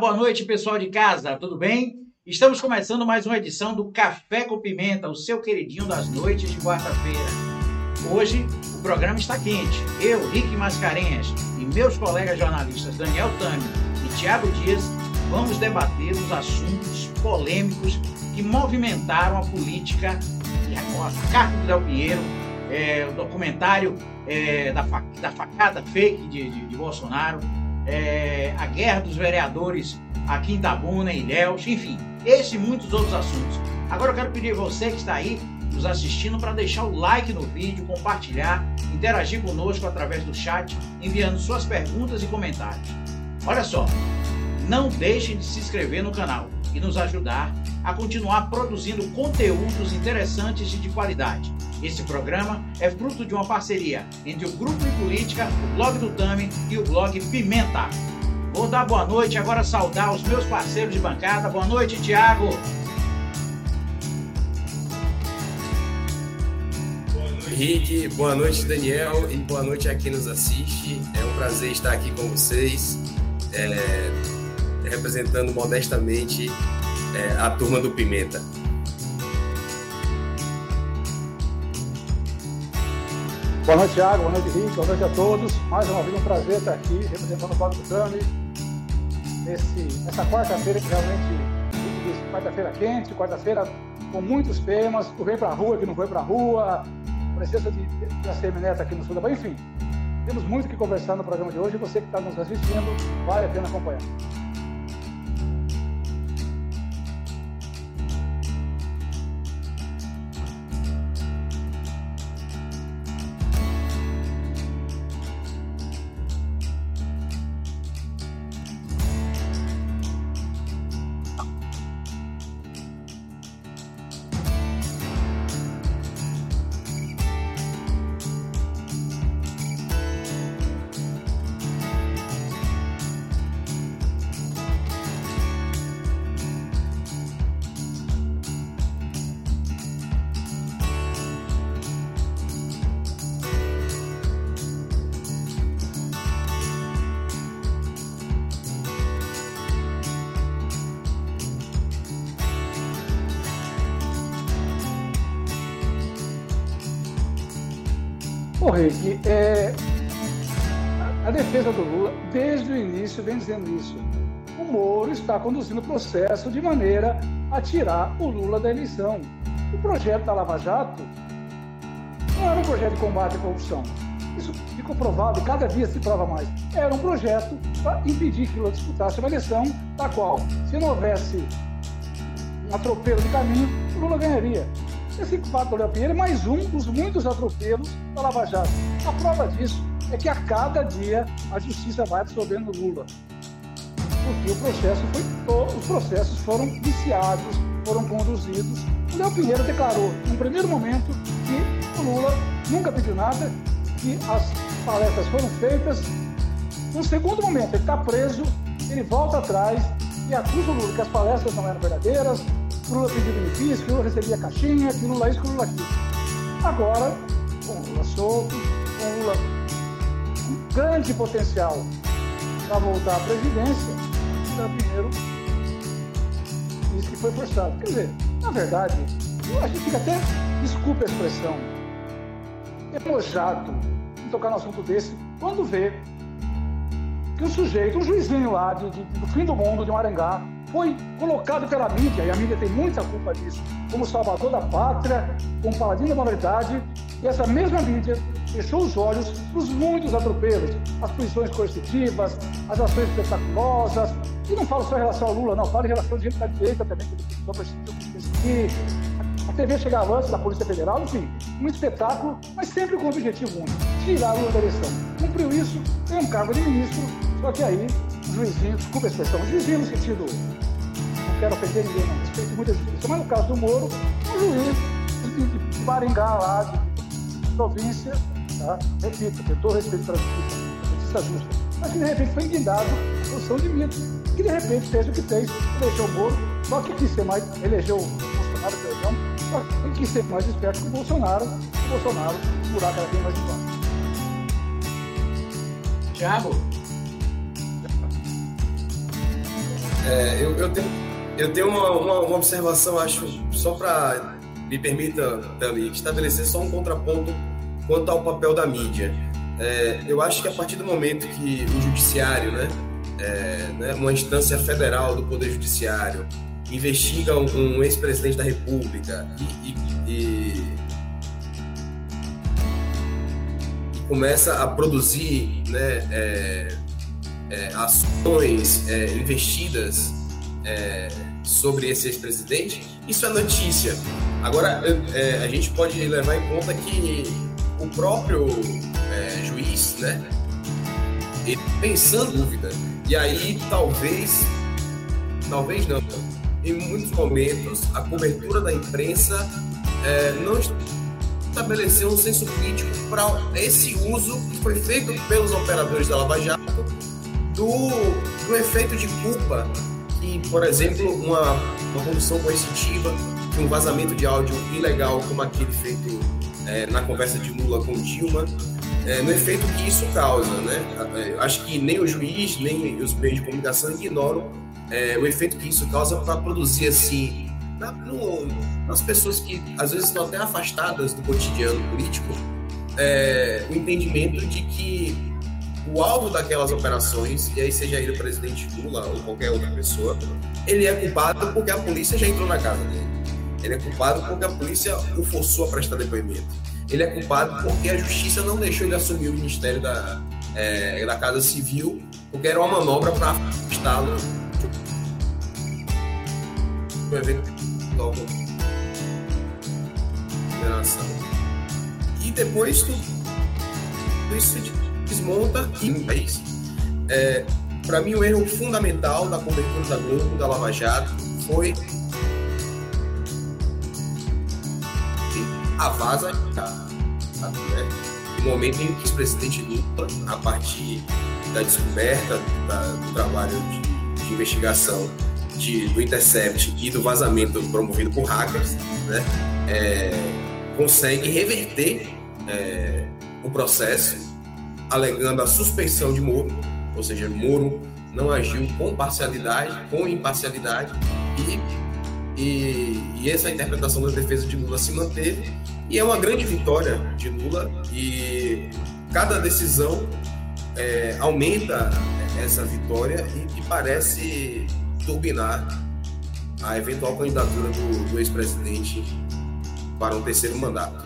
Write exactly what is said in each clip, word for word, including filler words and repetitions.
boa noite, pessoal de casa, tudo bem? Estamos começando mais uma edição do Café com Pimenta, o seu queridinho das noites de quarta-feira. Hoje o programa está quente. Eu, Rick Mascarenhas, e meus colegas jornalistas Daniel Tami e Thiago Dias vamos debater os assuntos polêmicos que movimentaram a política e a carta do Del Pinheiro, é, o documentário é, da, fa da facada fake de, de, de Bolsonaro, é, a guerra dos vereadores aqui em Itabuna, em Ilhéus, enfim, esse e muitos outros assuntos. Agora eu quero pedir a você que está aí nos assistindo para deixar o like no vídeo, compartilhar, interagir conosco através do chat, enviando suas perguntas e comentários. Olha só, não deixem de se inscrever no canal e nos ajudar a continuar produzindo conteúdos interessantes e de qualidade. Esse programa é fruto de uma parceria entre o Grupo em Política, o Blog do Tami e o Blog Pimenta. Vou dar boa noite, agora saudar os meus parceiros de bancada. Boa noite, Thiago. Boa noite, Rick. Boa noite, Daniel. E boa noite a quem nos assiste. É um prazer estar aqui com vocês, é, representando modestamente é, a turma do Pimenta. Boa noite, Thiago. Boa noite, Rick. Boa noite a todos. Mais uma vez um prazer estar aqui representando o Blog do Tami nesse, nessa quarta-feira que realmente quarta-feira quente, quarta-feira com muitos temas, o vem pra rua, que não foi pra rua, a presença de, de, de A C M Neto aqui no sul da Bahia, enfim. Temos muito o que conversar no programa de hoje e você que está nos assistindo, vale a pena acompanhar. Ô, Rick, é, a, a defesa do Lula, desde o início, vem dizendo isso. O Moro está conduzindo o processo de maneira a tirar o Lula da eleição. O projeto da Lava Jato não era um projeto de combate à corrupção. Isso ficou provado, cada dia se prova mais. Era um projeto para impedir que o Lula disputasse uma eleição da qual, se não houvesse um atropelo de caminho, o Lula ganharia. Esse fato do Léo Pinheiro é mais um dos muitos atropelos da Lava Jato. A prova disso é que a cada dia a justiça vai absorvendo o Lula. Porque o processo foi, todos os processos foram viciados, foram conduzidos. O Léo Pinheiro declarou, no primeiro momento, que o Lula nunca pediu nada, que as palestras foram feitas. No segundo momento, ele está preso, ele volta atrás e acusa o Lula que as palestras não eram verdadeiras, que o Lula pediu benefício, que o Lula recebia caixinha, que o Lula isso, que o Lula aquilo. Agora, com o Lula solto, com o Lula com grande potencial para voltar à presidência, o Léo Pinheiro disse que foi forçado. Quer dizer, na verdade, a gente fica até, desculpe a expressão, enojado em tocar no assunto desse, quando vê que um sujeito, um juizinho lá de, de, do fim do mundo, de Maringá, foi colocado pela mídia, e a mídia tem muita culpa disso, como salvador da pátria, como paladino da moralidade, e essa mesma mídia fechou os olhos para os muitos atropelos, as prisões coercitivas, as ações espetaculosas, e não falo só em relação ao Lula, não, falo em relação a gente da direita também, que precisou perseguir, a T V chegava antes da Polícia Federal, enfim, um espetáculo, mas sempre com o objetivo único, tirar o Lula da eleição. Cumpriu isso, tem um cargo de ministro, só que aí o juizinho, desculpa a expressão, o juizinho no sentido, não quero ofender ninguém, não, respeito muito a justiça, mas no caso do Moro, um juiz de, de Maringá, lá, de, de província, tá? Repito, eu dou respeito para a justiça, a justiça justa, mas que de repente foi enguindado a posição de mito, que de repente fez o que fez, elegeu o Moro, só que quis ser mais, elegeu o Bolsonaro, perdão, só que quis ser mais esperto que o Bolsonaro, o Bolsonaro, o buraco era bem mais embaixo. Thiago? É, eu, eu tenho, eu tenho uma, uma, uma observação, acho, só para, me permita, Dani, estabelecer só um contraponto quanto ao papel da mídia. É, eu acho que a partir do momento que o judiciário, né, é, né, uma instância federal do Poder Judiciário, investiga um, um ex-presidente da República e, e, e, e começa a produzir, né, é, é, ações é, investidas é, sobre esse ex-presidente, isso é notícia. Agora, é, a gente pode levar em conta que o próprio é, juiz, né, ele pensando em dúvida, e aí talvez, talvez não, em muitos momentos a cobertura da imprensa é, não estabeleceu um senso crítico para esse uso que foi feito pelos operadores da Lava Jato do, do efeito de culpa que, por exemplo, uma, uma condução coercitiva, um vazamento de áudio ilegal como aquele feito é, na conversa de Lula com Dilma, é, no efeito que isso causa, né? Acho que nem o juiz, nem os meios de comunicação ignoram é, o efeito que isso causa para produzir, assim, na, no, nas pessoas que às vezes estão até afastadas do cotidiano político, é, o entendimento de que o alvo daquelas operações, e aí seja ele o presidente Lula ou qualquer outra pessoa, ele é culpado porque a polícia já entrou na casa dele. Ele é culpado porque a polícia o forçou a prestar depoimento. Ele é culpado porque a justiça não deixou ele assumir o Ministério da, é, da Casa Civil, porque era uma manobra para afastá-lo do evento da nação. E depois tudo isso se desmonta em um país. É, para mim, o erro fundamental da cobertura da Globo, da Lava Jato, foi a vaza, né? O momento em que o presidente Lula, a partir da descoberta da, do trabalho de, de investigação de, do Intercept e do vazamento promovido por hackers, né, é, consegue reverter é, o processo, alegando a suspeição de Moro, ou seja, Moro não agiu com parcialidade, com imparcialidade, e E, e essa interpretação da defesa de Lula se manteve, e é uma grande vitória de Lula, e cada decisão é, aumenta essa vitória e que parece turbinar a eventual candidatura do, do ex-presidente para um terceiro mandato.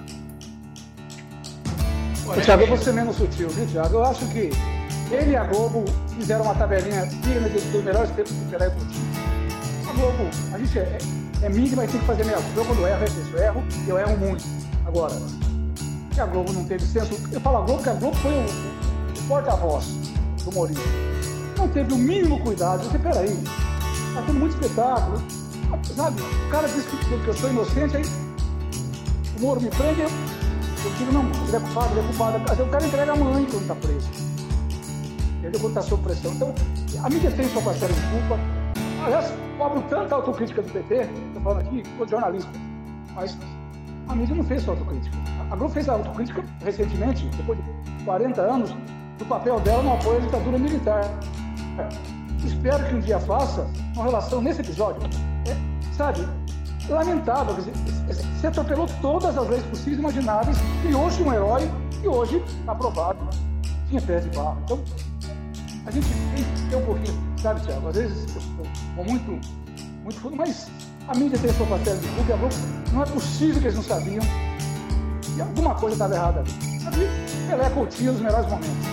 Tiago, eu vou ser menos sutil, viu, Tiago? Eu acho que ele e a Globo fizeram uma tabelinha digna dos melhores tempos do Pelé e Coutinho. A Globo, a gente é, é mídia, mas tem que fazer meia culpa. Eu quando erro, eu erro, eu erro muito. Agora, que a Globo não teve senso. Eu falo a Globo porque a Globo foi o, o porta-voz do Mourinho. Não teve o mínimo cuidado. Eu disse, peraí, tá tendo muito espetáculo. Sabe, o cara disse que, que eu sou inocente, aí o Moro me prende, eu, eu digo, não, ele é culpado, ele é culpado. Mas o cara entrega a mãe quando tá preso. Entendeu? Quando tá sob pressão. Então, a mídia tem sua parcela de culpa. Aliás, cobro tanta autocrítica do P T, estou falando aqui, sou jornalista, mas a mídia não fez sua autocrítica. A Globo fez a autocrítica recentemente, depois de quarenta anos, do papel dela no apoio à ditadura militar. É, espero que um dia faça uma relação nesse episódio, é, sabe, lamentável. Você atropelou todas as leis possíveis e imagináveis, e hoje um herói, e hoje aprovado, tinha pés de barro. Então, a gente tem que ter um pouquinho, sabe, Tiago? Às vezes eu vou muito, muito fundo, mas a mídia tem sua parcela de culpa, e a Globo, não é possível que eles não sabiam. E alguma coisa estava errada ali. Ali, Pelé Coutinho nos melhores momentos.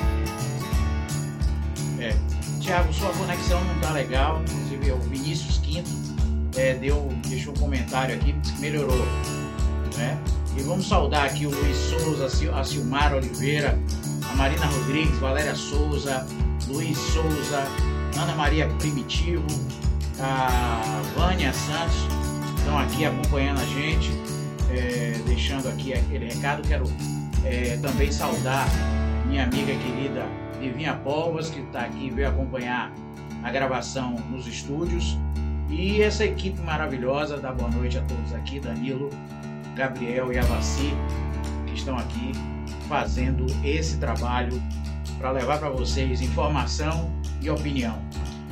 É. Tiago, sua conexão não está legal. Inclusive, o Vinícius Quinto é, deu, deixou um comentário aqui, disse que melhorou. Né? E vamos saudar aqui o Luiz Souza, a Silmar Oliveira, a Marina Rodrigues, Valéria Souza, Luiz Souza, Ana Maria Primitivo, a Vânia Santos estão aqui acompanhando a gente, é, deixando aqui aquele recado. Quero é, também saudar minha amiga querida Livinha Povas, que está aqui, veio acompanhar a gravação nos estúdios, e essa equipe maravilhosa. Dá boa noite a todos aqui, Danilo, Gabriel e Avassi, que estão aqui fazendo esse trabalho para levar para vocês informação e opinião.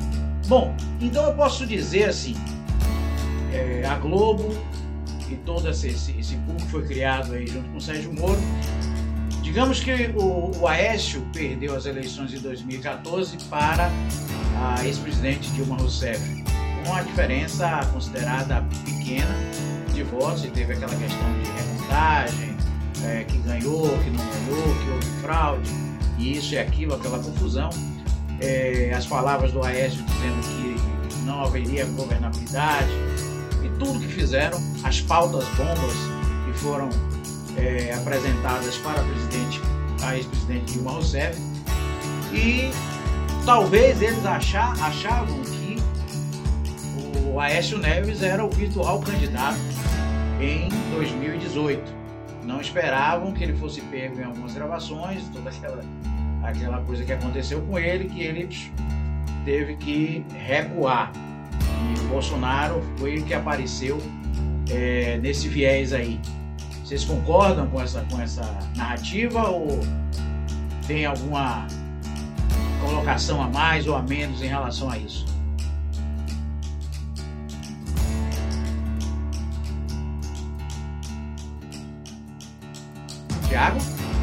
Bom, então eu posso dizer assim, é, a Globo e todo esse, esse, esse público foi criado aí junto com o Sérgio Moro. Digamos que o, o Aécio perdeu as eleições de dois mil e quatorze para a ex-presidente Dilma Rousseff, com uma diferença considerada pequena de votos, e teve aquela questão de recontagem, é, que ganhou, que não ganhou, que houve fraude, e isso e aquilo, aquela confusão. É, as palavras do Aécio dizendo que não haveria governabilidade, e tudo que fizeram, as pautas bombas que foram é, apresentadas para a presidente, a ex-presidente Dilma Rousseff, e talvez eles achar, achavam que o Aécio Neves era o virtual candidato em dois mil e dezoito. Não esperavam que ele fosse pego em algumas gravações, toda aquela, aquela coisa que aconteceu com ele, que ele teve que recuar. E o Bolsonaro foi o que apareceu é, nesse viés aí. Vocês concordam com essa, com essa narrativa ou tem alguma colocação a mais ou a menos em relação a isso? Thiago?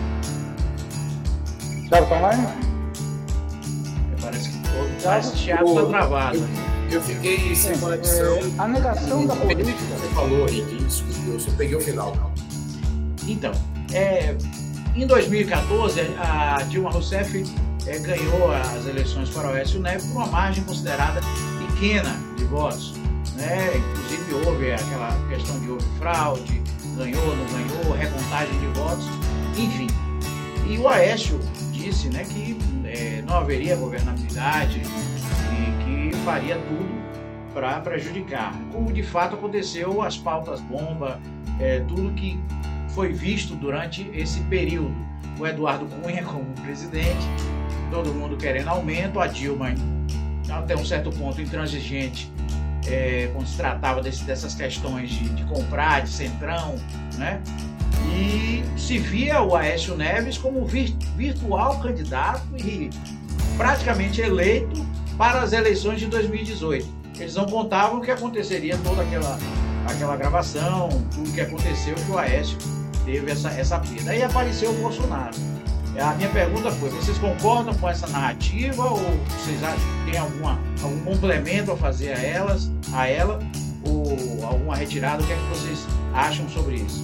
Thiago tá online? Parece que o Thiago, Thiago tá travado. Eu, eu fiquei sem conexão. É, a negação da política. Você falou, Rick, desculpa, eu só peguei o final. Então, é, em dois mil e quatorze, a Dilma Rousseff é, ganhou as eleições para o Aécio Neves por uma margem considerada pequena de votos, né? Inclusive houve aquela questão de houve fraude, ganhou, não ganhou, recontagem de votos, enfim. E o Aécio disse, né, que é, não haveria governabilidade e que faria tudo para prejudicar. Como de fato aconteceu, as pautas bomba, é, tudo que foi visto durante esse período. O Eduardo Cunha como presidente, todo mundo querendo aumento, a Dilma até um certo ponto intransigente, é, quando se tratava desse, dessas questões de, de comprar, de centrão, né? E se via o Aécio Neves como vir, virtual candidato e praticamente eleito para as eleições de dois mil e dezoito. Eles não contavam que aconteceria toda aquela, aquela gravação, tudo que aconteceu, que o Aécio teve essa, essa perda. Aí apareceu o Bolsonaro. A minha pergunta foi, vocês concordam com essa narrativa ou vocês acham que tem alguma, algum complemento a fazer a, elas, a ela ou alguma retirada? O que é que vocês acham sobre isso?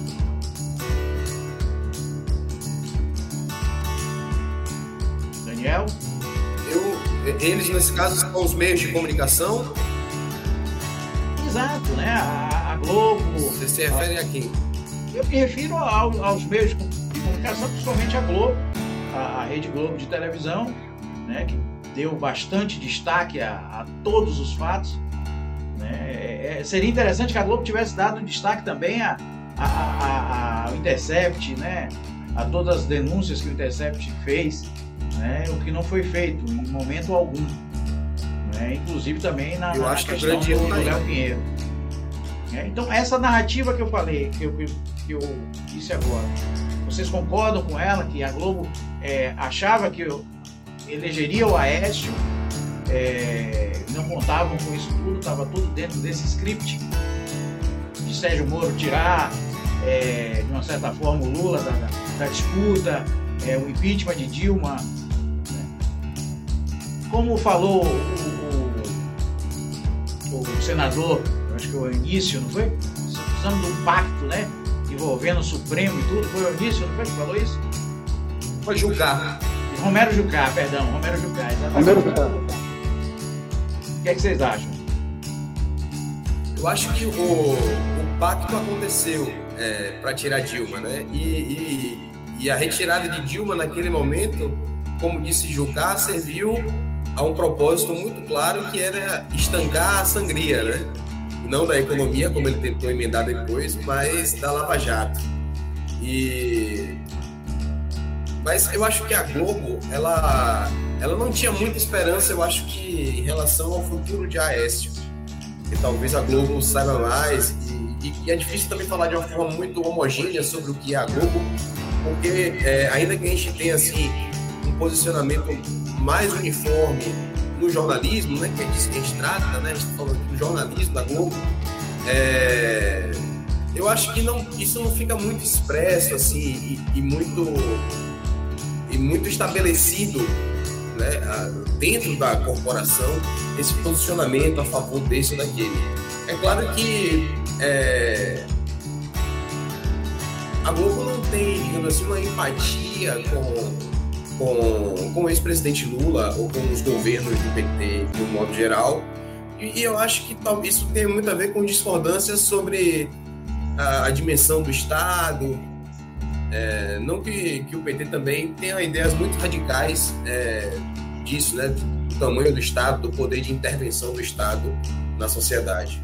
Daniel? Eu, eles, nesse caso, são os meios de comunicação? Exato, né? A, a Globo... Você se refere a quem? Eu me refiro ao, aos meios de comunicação, principalmente a Globo, a, a Rede Globo de televisão, né, que deu bastante destaque a, a todos os fatos. Né? É, é, seria interessante que a Globo tivesse dado destaque também a, a, a, a, ao Intercept, né? A todas as denúncias que o Intercept fez, né? O que não foi feito em momento algum. Né? Inclusive também na, na acho questão que do Léo Pinheiro. É, então, essa narrativa que eu falei, que eu, que eu disse agora, vocês concordam com ela, que a Globo é, achava que eu elegeria o Aécio, é, não contavam com isso tudo, estava tudo dentro desse script de Sérgio Moro tirar, é, de uma certa forma, o Lula da, da, da disputa, é, o impeachment de Dilma. Né? Como falou o, o, o senador, acho que foi o início, não foi? Precisamos de um pacto, né? Envolvendo o Supremo e tudo. Foi o início, não foi que falou isso? Foi Jucá. Romero Jucá, perdão. Romero Jucá, exatamente. Romero Jucá. O que é que vocês acham? Eu acho que o, o pacto aconteceu é, para tirar Dilma, né? E, e, e a retirada de Dilma naquele momento, como disse Jucá, serviu a um propósito muito claro, que era estancar a sangria, né? Não da economia, como ele tentou emendar depois, mas da Lava Jato. E... Mas eu acho que a Globo, ela, ela não tinha muita esperança, eu acho que em relação ao futuro de Aécio. E talvez a Globo saiba mais, e, e é difícil também falar de uma forma muito homogênea sobre o que é a Globo, porque é, ainda que a gente tenha assim, um posicionamento mais uniforme no jornalismo, né, que é disso que a gente trata, né, a gente está falando aqui do jornalismo da Globo, é, eu acho que não, isso não fica muito expresso assim, e, e, muito, e muito estabelecido, né, dentro da corporação, esse posicionamento a favor desse ou daquele. É claro que é, a Globo não tem, digamos assim, uma empatia com, com, com o ex-presidente Lula ou com os governos do P T de um modo geral, e, e eu acho que talvez isso tenha muito a ver com discordâncias sobre a, a dimensão do Estado. É, não que, que o P T também tenha ideias muito radicais é, disso, né, do tamanho do Estado, do poder de intervenção do Estado na sociedade.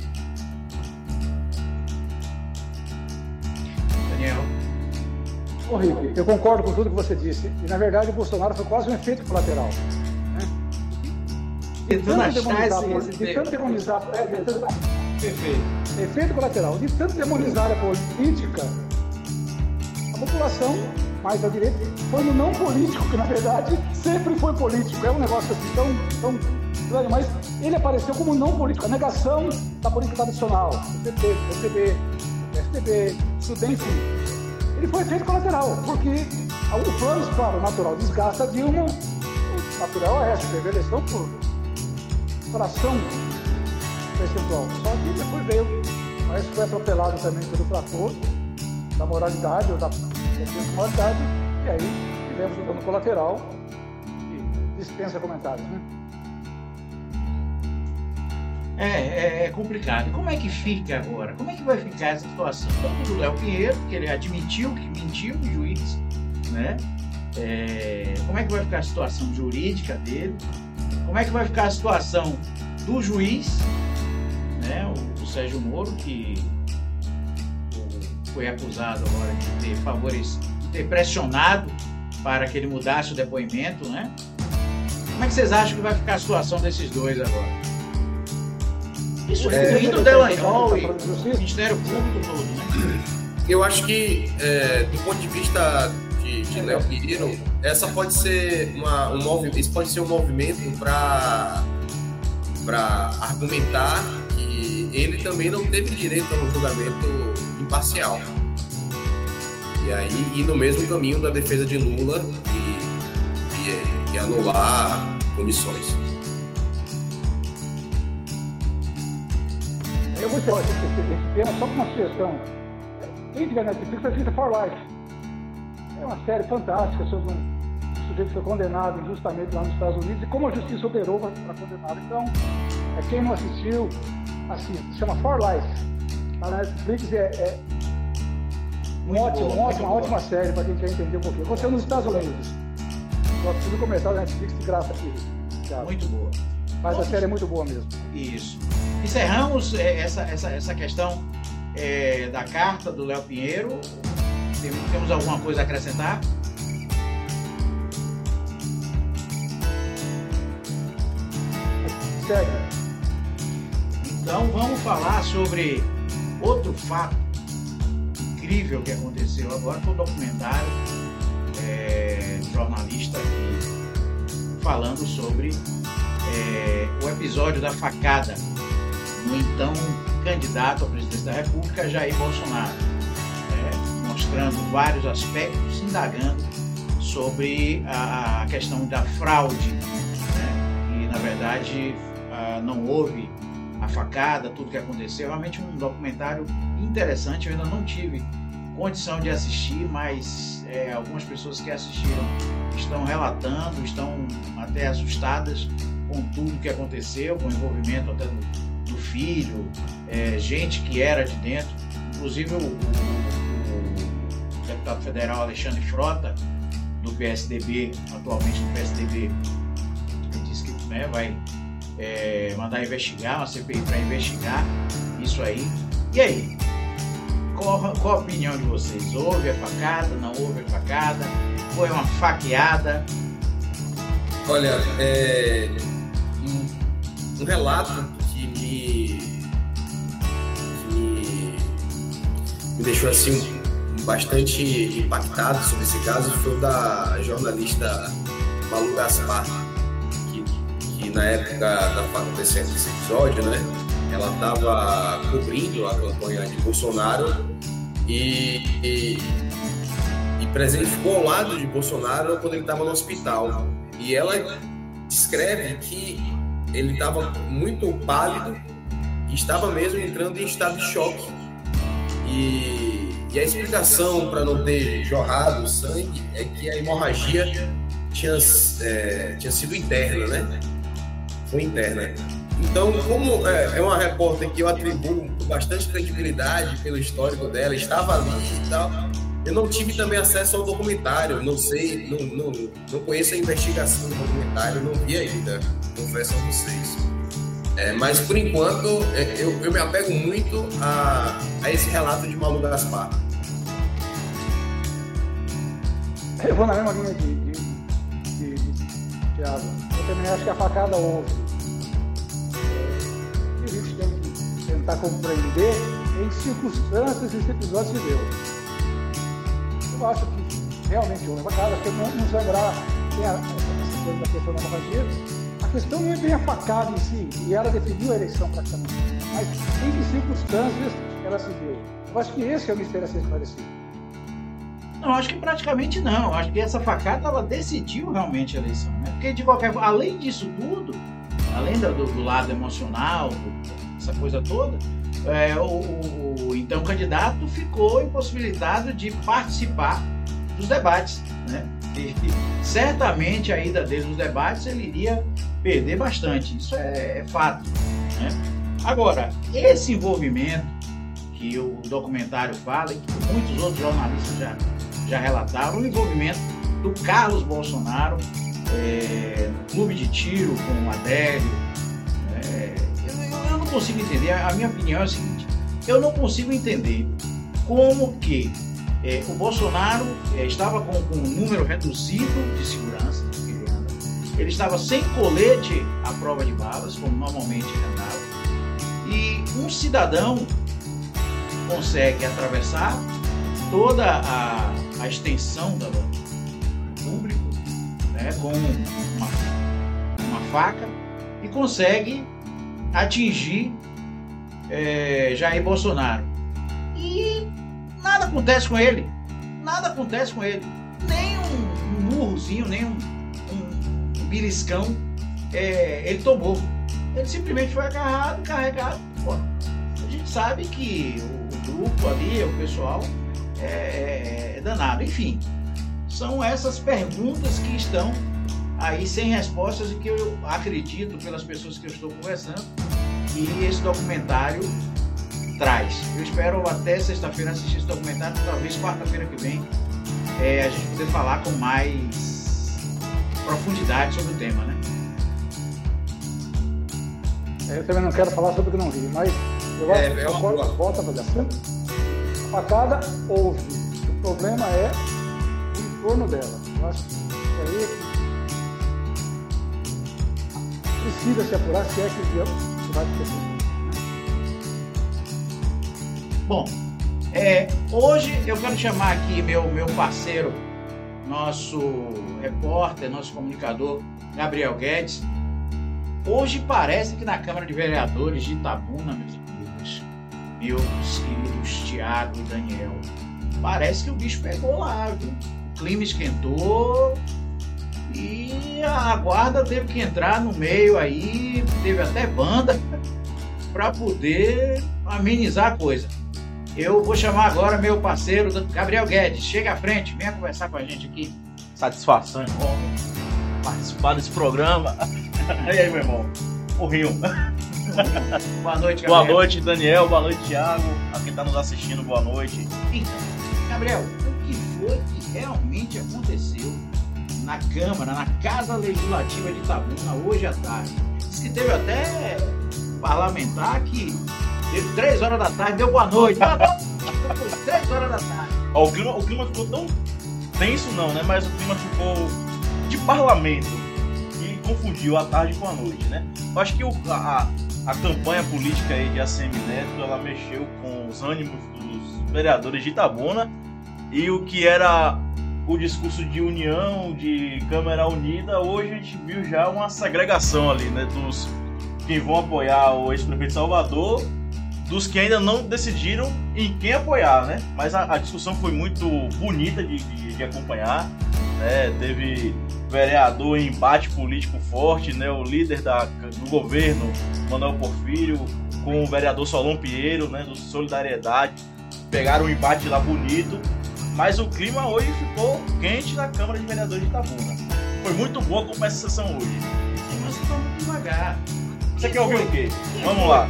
Daniel. Ô, Rick, eu concordo com tudo que você disse. E, na verdade, o Bolsonaro foi quase um efeito colateral. Né? De tanto demonizar, de tanto demonizar é, de tanto, Perfeito. efeito colateral, de tanto demonizar a política, a população mais à direita foi no não político, que na verdade sempre foi político. É um negócio assim tão, tão estranho, mas ele apareceu como não político, a negação da política tradicional, do P T, do P C B, do P S D B, Sudem, enfim. Ele foi efeito colateral, porque o plano, claro, natural desgasta Dilma, o natural é essa, teve eleição por fração percentual. Só que depois veio, mas foi atropelado também pelo trator da moralidade ou da moralidade, e aí tivemos o dano colateral e dispensa comentários, né? É, é, é complicado. E como é que fica agora? Como é que vai ficar essa situação? Tanto do Léo Pinheiro, que ele admitiu que mentiu o juiz, né? É, como é que vai ficar a situação jurídica dele? Como é que vai ficar a situação do juiz, né? O, o Sérgio Moro, que foi acusado agora de ter favorecido, de ter pressionado para que ele mudasse o depoimento, né? Como é que vocês acham que vai ficar a situação desses dois agora? Isso incluindo o Delanhol e o Ministério Público todo, né? Eu acho que, é, do ponto de vista de, de Léo Pinheiro, essa pode ser uma, um movimento, isso pode ser um movimento para para argumentar que ele também não teve direito a um julgamento imparcial. E aí ir no mesmo caminho da defesa de Lula e, e, e anular comissões. Eu vou ter esse tema só com uma sugestão. Quem tiver Netflix assista For Life. É uma série fantástica sobre um sujeito que foi condenado injustamente lá nos Estados Unidos e como a justiça operou para condená-lo. Então, é, quem não assistiu, assista. Se chama For Life. Tá na Netflix, é, é um ótimo, boa, ótimo, uma ótima série para quem quer entender um pouquinho. Aconteceu nos Estados Unidos. Eu preciso comentar na Netflix de graça aqui. Thiago. Muito boa. Mas a série é muito boa mesmo. Isso. Encerramos essa, essa, essa questão é, da carta do Léo Pinheiro. Temos alguma coisa a acrescentar? Segue. Então vamos falar sobre outro fato incrível que aconteceu agora. Foi um documentário é, jornalista aqui falando sobre é, o episódio da facada no então candidato à presidência da República, Jair Bolsonaro, é, mostrando vários aspectos, indagando sobre a, a questão da fraude, né, e na verdade a, não houve a facada, tudo que aconteceu. Realmente um documentário interessante. Eu ainda não tive condição de assistir, mas é, algumas pessoas que assistiram estão relatando, estão até assustadas com tudo que aconteceu, com o envolvimento até do, do filho, é, gente que era de dentro, inclusive o, o, o deputado federal Alexandre Frota, do P S D B, atualmente do P S D B, ele disse que, né, vai é, mandar investigar, uma C P I para investigar isso aí. E aí? Qual, qual a opinião de vocês? Houve a facada? Não houve a facada? Foi uma faqueada? Olha, é, um, um relato que me, que me, me deixou assim bastante impactado sobre esse caso foi o da jornalista Malu Gaspar, que, que na época da acontecendo esse episódio, né? Ela estava cobrindo a campanha de Bolsonaro e, e, e presente ficou ao lado de Bolsonaro quando ele estava no hospital. E ela descreve que ele estava muito pálido e estava mesmo entrando em estado de choque. E, e a explicação para não ter jorrado sangue é que a hemorragia tinha, é, tinha sido interna, né? Foi interna. Então, como é, é uma repórter que eu atribuo bastante credibilidade pelo histórico dela, estava ali e tal, eu não tive também acesso ao documentário, não sei, não, não, não conheço a investigação do documentário, não vi ainda, confesso a vocês. É, mas, por enquanto, eu, eu me apego muito a, a esse relato de Malu Gaspar. Eu vou na mesma linha de, de, de, de Thiago. Eu também acho que a facada houve. É, a gente tem que tentar compreender em que circunstâncias esse episódio se deu. Eu acho que realmente houve a facada, porque não, não sangrava, tem a, essa coisa da questão da hemorragia. A questão não é bem a facada em si, e ela definiu a eleição praticamente, mas em que circunstâncias ela se deu. Eu acho que esse é o mistério a ser esclarecido. Não, acho que praticamente não. Acho que essa facada ela decidiu realmente a eleição, né? Porque de qualquer forma, além disso tudo, além do, do lado emocional, essa coisa toda, é, o, o, o então candidato ficou impossibilitado de participar dos debates, né? E, certamente a ida dele nos debates ele iria perder bastante. Isso é, é fato, né? Agora, esse envolvimento que o documentário fala e que muitos outros jornalistas já já relataram, o envolvimento do Carlos Bolsonaro é, no clube de tiro com o Adélio. É, eu, eu não consigo entender, a minha opinião é a seguinte, eu não consigo entender como que é, o Bolsonaro é, estava com, com um número reduzido de segurança, ele, anda, ele estava sem colete à prova de balas, como normalmente ele andava, e um cidadão consegue atravessar toda a a extensão do público, né, com uma, uma faca e consegue atingir é, Jair Bolsonaro. E nada acontece com ele. Nada acontece com ele. Nem um, um murrozinho, nem um, um, um beliscão é, ele tomou. Ele simplesmente foi agarrado, carregado. Pô, a gente sabe que o, o grupo ali, o pessoal É, é danado. Enfim, são essas perguntas que estão aí sem respostas e que eu acredito, pelas pessoas que eu estou conversando, que esse documentário traz. Eu espero até sexta-feira assistir esse documentário, talvez quarta-feira que vem é, a gente poder falar com mais profundidade sobre o tema, né? Eu também não quero falar sobre o que não vi, mas eu é, acho é que eu volto a fazer assim. A facada houve. O problema é o entorno dela. Eu acho que aí precisa se apurar se é que vai ter. Bom, é, hoje eu quero chamar aqui meu, meu parceiro, nosso repórter, nosso comunicador, Gabriel Guedes. Hoje parece que na Câmara de Vereadores de Itabuna, meus amigos, meus queridos Thiago e Daniel, parece que o bicho pegou lá, viu? O clima esquentou e a guarda teve que entrar no meio aí, teve até banda para poder amenizar a coisa. Eu vou chamar agora meu parceiro Gabriel Guedes. Chega à frente, venha conversar com a gente aqui. Satisfação enorme participar desse programa. E aí, meu irmão? Morreu. Boa noite, Gabriel. Boa noite, Daniel. Boa noite, Thiago. A quem está nos assistindo, boa noite. Então, Gabriel, o que foi que realmente aconteceu na Câmara, na Casa Legislativa de Itabuna, hoje à tarde? Diz que teve até parlamentar que teve três horas da tarde, deu boa noite. Depois três horas da tarde. Ó, o, clima, o clima ficou tão tenso, não, né? Mas o clima ficou de parlamento e confundiu a tarde com a noite, né? Eu acho que o, a, a campanha política aí de A C M Neto, ela mexeu com os ânimos dos vereadores de Itabuna, e o que era o discurso de união, de Câmara Unida, hoje a gente viu já uma segregação ali, né, dos que vão apoiar o ex-prefeito de Salvador, dos que ainda não decidiram em quem apoiar, né? Mas a, a discussão foi muito bonita de, de, de acompanhar, né? Teve vereador em embate político forte, né? O líder da, do governo, Manuel Porfírio, com o vereador Solon Pinheiro, né? Do Solidariedade, pegaram um embate lá bonito, mas o clima hoje ficou quente na Câmara de Vereadores de Itabuna. Foi muito boa acompanhar essa sessão hoje. Sim, mas você tá muito devagar. Você quer ouvir o quê? Vamos lá.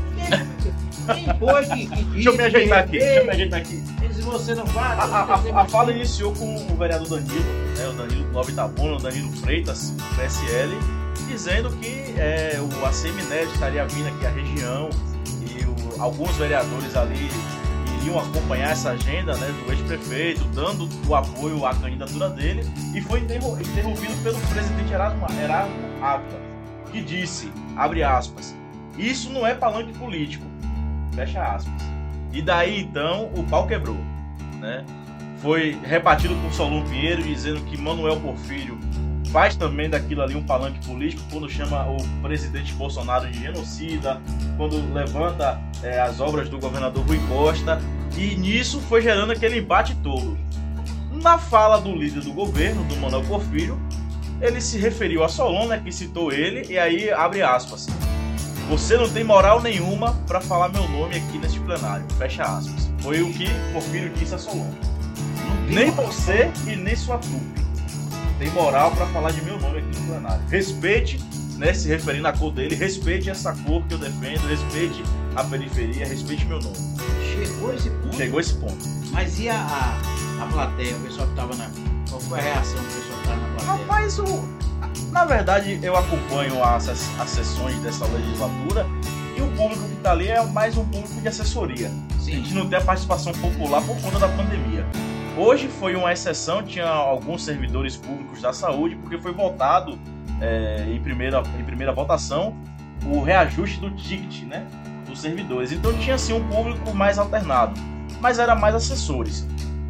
Quem foi que, que Deixa eu me ajeitar aqui, deixa eu me ajeitar aqui. Se você não fala... A, a, a, a fala iniciou com o vereador Danilo, né, o Danilo Nova Itabuna, o Danilo Freitas, do P S L, dizendo que é, o A C M Net estaria vindo aqui à região e o, alguns vereadores ali iriam acompanhar essa agenda, né, do ex-prefeito, dando o apoio à candidatura dele, e foi interrompido pelo presidente Erasmo, Erasmo Ávila, que disse, abre aspas, isso não é palanque político, fecha aspas. E daí então o pau quebrou, né? Foi rebatido por Solon Pinheiro, dizendo que Manuel Porfírio faz também daquilo ali um palanque político, quando chama o presidente Bolsonaro de genocida, quando levanta é, as obras do governador Rui Costa, e nisso foi gerando aquele embate todo. Na fala do líder do governo, do Manuel Porfírio, ele se referiu a Solon, né, que citou ele, e aí abre aspas. Você não tem moral nenhuma para falar meu nome aqui neste plenário. Fecha aspas. Foi o que Porfírio disse a Solon. Nem você e nem sua trupe tem moral para falar de meu nome aqui no plenário. Respeite, né, se referindo à cor dele, respeite essa cor que eu defendo, respeite a periferia, respeite meu nome. Chegou esse ponto? Chegou esse ponto. Mas e a, a, a plateia, o pessoal que estava na... Qual foi a reação do pessoal que estava na plateia? Rapaz, o... Na verdade, eu acompanho as, as sessões dessa legislatura e o público que está ali é mais um público de assessoria. Sim. A gente não tem a participação popular por conta da pandemia. Hoje foi uma exceção, tinha alguns servidores públicos da saúde, porque foi votado é, em, primeira, em primeira votação o reajuste do ticket, né, dos servidores. Então tinha assim um público mais alternado, mas era mais assessores.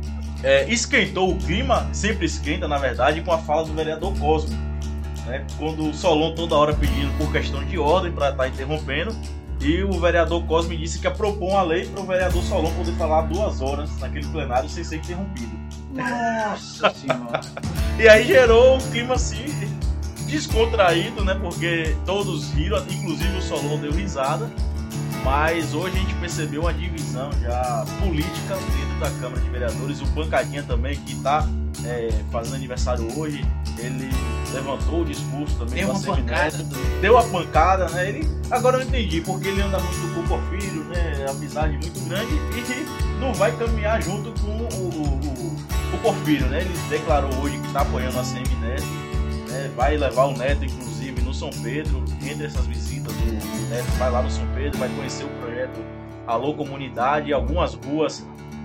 É, esquentou o clima, sempre esquenta na verdade, com a fala do vereador Cosmo. Né, quando o Solon toda hora pedindo por questão de ordem para estar tá interrompendo, e o vereador Cosme disse que ia propor uma lei para o vereador Solon poder falar duas horas naquele plenário sem ser interrompido. Nossa senhora! E aí gerou um clima assim descontraído, né? Porque todos riram, inclusive o Solon deu risada. Mas hoje a gente percebeu uma divisão já política dentro da Câmara de Vereadores. O Pancadinha também, que está é, fazendo aniversário hoje, ele levantou o discurso também. Deu uma pancada. Deu a pancada, né? Ele, agora eu não entendi, porque ele anda muito com o Porfírio, né? Amizade muito grande, e não vai caminhar junto com o, o, o Porfírio, né? Ele declarou hoje que está apoiando a A C M Net, né? Vai levar o Neto, inclusive, no São Pedro, entre essas visitas. O Neto vai lá no São Pedro, vai conhecer o projeto Alô Comunidade e algumas ruas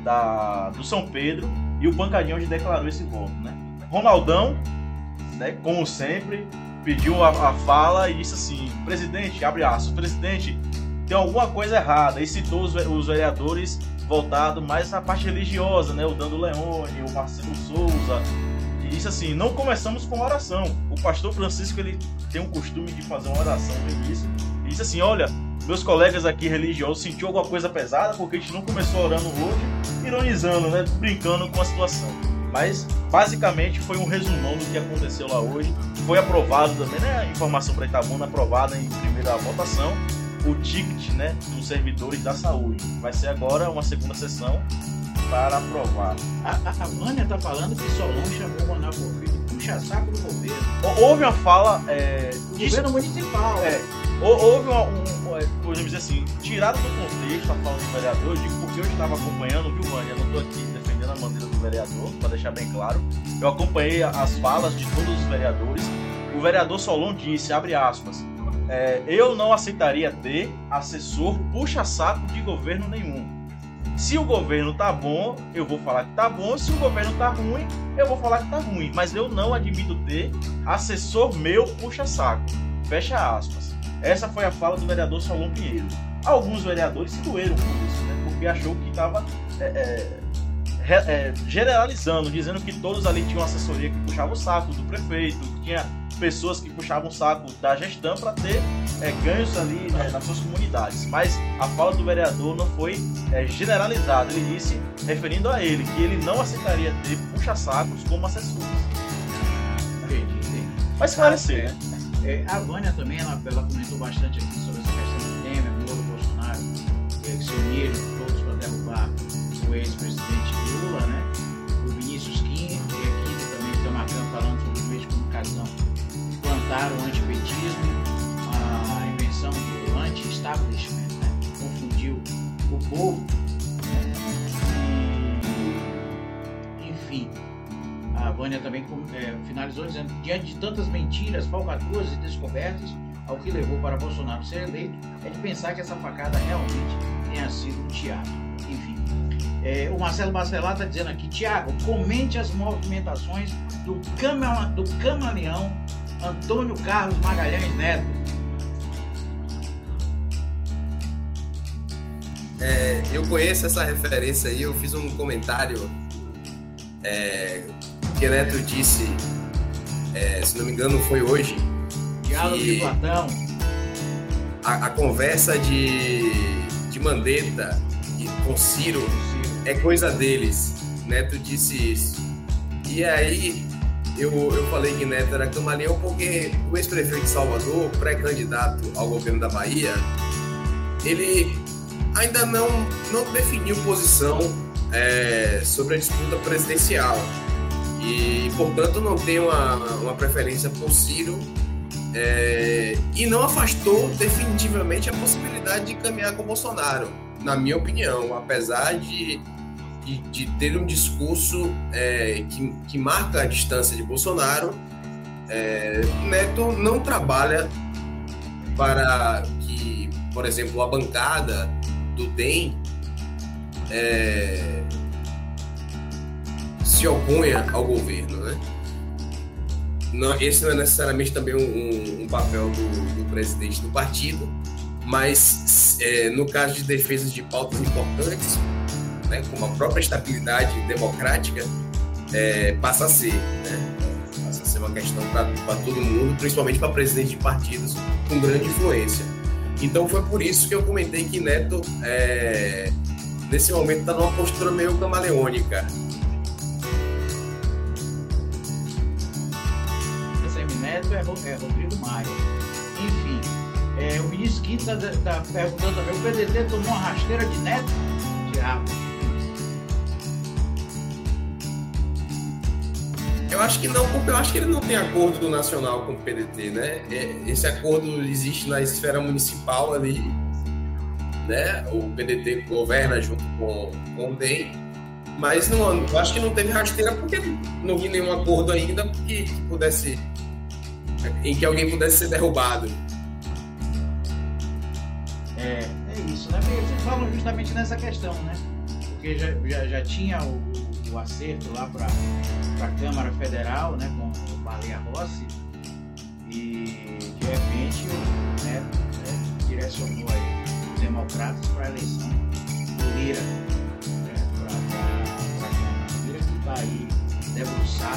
da, do São Pedro, e o Pancadinho hoje declarou esse voto, né? Ronaldão, né, como sempre, pediu a, a fala e disse assim, presidente, abre aspas, presidente, tem alguma coisa errada, e citou os, os vereadores voltados mais na parte religiosa, né, o Dando Leone, o Marcelo Souza, e disse assim, não começamos com oração. O pastor Francisco, ele tem um costume de fazer uma oração no início, e disse assim, olha, meus colegas aqui religiosos sentiu alguma coisa pesada, porque a gente não começou orando hoje, ironizando, né, brincando com a situação. Mas, basicamente, foi um resumão do que aconteceu lá hoje. Foi aprovado também, né, a informação para Itabuna, aprovada em primeira votação, o ticket, né, dos servidores da saúde. Vai ser agora uma segunda sessão para aprovar. A, a, a Vânia está falando que Solon chamou o Manuel Porfírio de puxa-saco do governo. Houve uma fala... É, do governo municipal. É, houve uma, um, um, podemos dizer assim, tirado do contexto a fala do vereador, eu digo porque eu estava acompanhando, viu, Vânia? Eu não estou aqui defendendo a bandeira do vereador, para deixar bem claro. Eu acompanhei as falas de todos os vereadores. O vereador Solon disse, abre aspas, é, eu não aceitaria ter assessor puxa-saco de governo nenhum. Se o governo tá bom, eu vou falar que tá bom. Se o governo tá ruim, eu vou falar que tá ruim. Mas eu não admito ter assessor meu puxa-saco. Fecha aspas. Essa foi a fala do vereador Solon Pinheiro. Alguns vereadores se doeram com isso, né? Porque achou que estava é, é, é, generalizando, dizendo que todos ali tinham assessoria que puxava o saco do prefeito, que tinha pessoas que puxavam o saco da gestão para ter é, ganhos ali, né, nas suas comunidades. Mas a fala do vereador não foi é, generalizada. Ele disse, referindo a ele, que ele não aceitaria ter puxa-sacos como assessores. Mas esclarecer, né? É, a Vânia também, ela, ela comentou bastante aqui sobre essa questão do Temer, Moro, Bolsonaro, é, que se uniram todos para derrubar o ex-presidente Lula, né? O Vinícius Quinto, e aqui também está marcando, falando sobre os meios de comunicação que plantaram o antipetismo, a invenção do anti-establishment, né? Confundiu o povo, né? E, enfim, a Vânia também é, finalizou dizendo que diante de tantas mentiras, falcatruas e descobertas, ao que levou para Bolsonaro ser eleito, é de pensar que essa facada realmente tenha sido um teatro. Enfim, é, o Marcelo Bacelar está dizendo aqui, Tiago, comente as movimentações do, cama, do camaleão Antônio Carlos Magalhães Neto. É, eu conheço essa referência aí, eu fiz um comentário é, que Neto disse, é, se não me engano foi hoje, Diálogo de Platão. A, a conversa de, de Mandetta e com Ciro, Ciro é coisa deles. Neto disse isso. E aí eu, eu falei que Neto era camaleão porque o ex-prefeito de Salvador, pré-candidato ao governo da Bahia, ele ainda não, não definiu posição é, sobre a disputa presidencial. E, portanto, não tem uma, uma preferência por Ciro é, e não afastou definitivamente a possibilidade de caminhar com Bolsonaro, na minha opinião, apesar de, de, de ter um discurso é, que, que marca a distância de Bolsonaro. é, Neto não trabalha para que, por exemplo, a bancada do D E M é, se oponha ao governo, né? Não, esse não é necessariamente também um, um papel do, do presidente do partido, mas é, no caso de defesa de pautas importantes, né, como a própria estabilidade democrática, é, passa a ser, né? Passa a ser uma questão para todo mundo, principalmente para presidentes de partidos com grande influência. Então foi por isso que eu comentei que Neto, é, nesse momento, está numa postura meio camaleônica. Neto é Rodrigo Maia. Enfim, é, o Vinícius Quinto está tá perguntando também, o P D T tomou uma rasteira de Neto? Diabo. Eu acho que não, porque eu acho que ele não tem acordo nacional com o P D T, né? Esse acordo existe na esfera municipal ali, né? O P D T governa junto com, com o D E M, mas não, eu acho que não teve rasteira porque não vi nenhum acordo ainda que, que pudesse, em que alguém pudesse ser derrubado. É, é isso, né? Vocês falam justamente nessa questão, né? Porque já, já, já tinha o, o acerto lá para a Câmara Federal, né? Com o Baleia Rossi, e de repente o Neto, né, direcionou aí os democratas para a eleição do Lira, né, para a Câmara. O Lira que está aí debruçado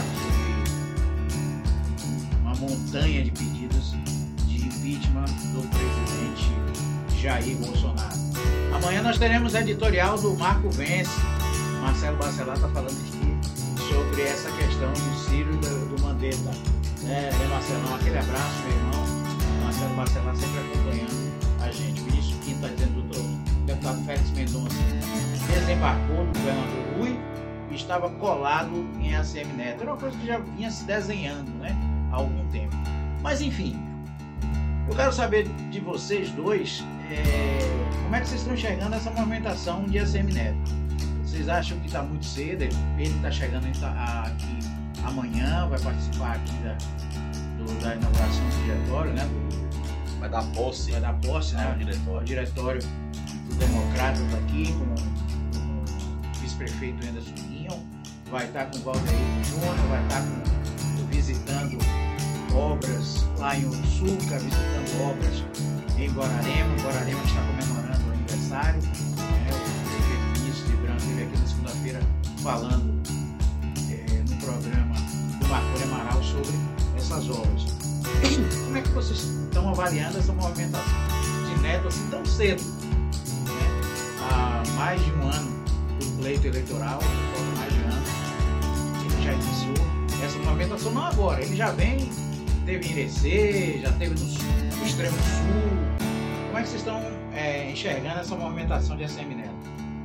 sobre uma montanha de pedidos de impeachment do presidente Jair Bolsonaro. Amanhã nós teremos editorial do Marco Vence. Marcelo Bacelar está falando aqui sobre essa questão do Ciro e do, do Mandetta. É, né, Marcelão? Aquele abraço, meu irmão. Marcelo Bacelar sempre acompanhando a gente. Por isso, quem está dizendo do deputado Félix Mendonça desembarcou no governador Rui e estava colado em A C M Neto. Era uma coisa que já vinha se desenhando, né, há algum tempo. Mas, enfim, eu quero saber de vocês dois, é, como é que vocês estão enxergando essa movimentação de A C M Neto? Vocês acham que está muito cedo? Ele está chegando aqui amanhã, vai participar aqui da, do, da inauguração do diretório, né? Do, vai dar posse. Vai dar posse, né? O diretório. O diretório do Democratas aqui, com, com o vice-prefeito Anderson Guinho, vai estar com o Valdeir Júnior, vai estar com, visitando obras lá em Uruçuca, visitando obras em Guararema. Guararema está comemorando o aniversário, né? O prefeito Vinícius de Branco esteve aqui na segunda-feira falando é, no programa do Marconi Amaral sobre essas obras. Como é que vocês estão avaliando essa movimentação de Neto assim tão cedo? Né? Há mais de um ano do pleito eleitoral, há mais de um ano, ele já iniciou essa movimentação, não agora, ele já vem, teve em Irecê, já teve no, sul, no extremo sul. Como é que vocês estão é, enxergando essa movimentação de A C M Neto?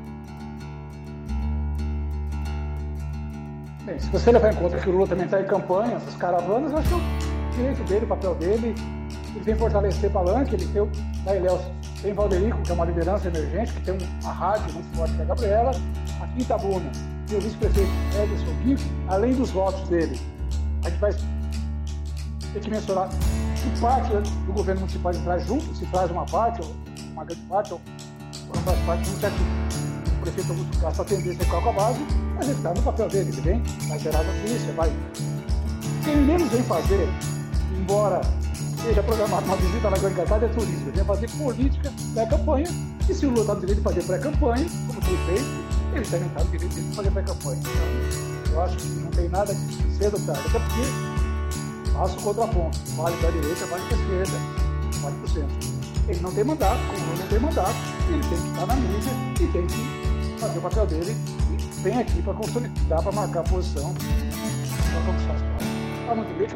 Bem, se você levar em conta que o Lula também está em campanha, essas caravanas, eu acho que é o direito dele, o papel dele. Ele vem fortalecer Palanque, ele tem o da Ilhéus, tem Valderico, que é uma liderança emergente, que tem uma rádio muito forte, que é a Gabriela. Aqui em Itabuna, tem o vice-prefeito Edson Guinco, além dos votos dele. A gente vai ter que mensurar que parte do governo municipal entrar junto, se traz uma parte, ou uma grande parte, ou não faz parte, não sei que o prefeito Augusto Castro a tendência é com a base, mas ele está no papel dele, ele vem, vai gerar notícia, vai. Quem menos vem fazer, embora seja programado uma visita na Grande Catarina, é turismo, ele vem fazer política da campanha, e se o Lula está no direito de fazer pré-campanha, como foi feito, ele também está no direito de fazer pré-campanha. Então, eu acho que não tem nada de cedo ou tarde, até porque faço o contraponto, vale para a direita, vale para a esquerda, vale para o centro. Ele não tem mandato, como o Lula não tem mandato, ele tem que estar na mídia e tem que fazer o papel dele e vem aqui para consolidar, para marcar a posição, para conquistar as coisas. Está no direito,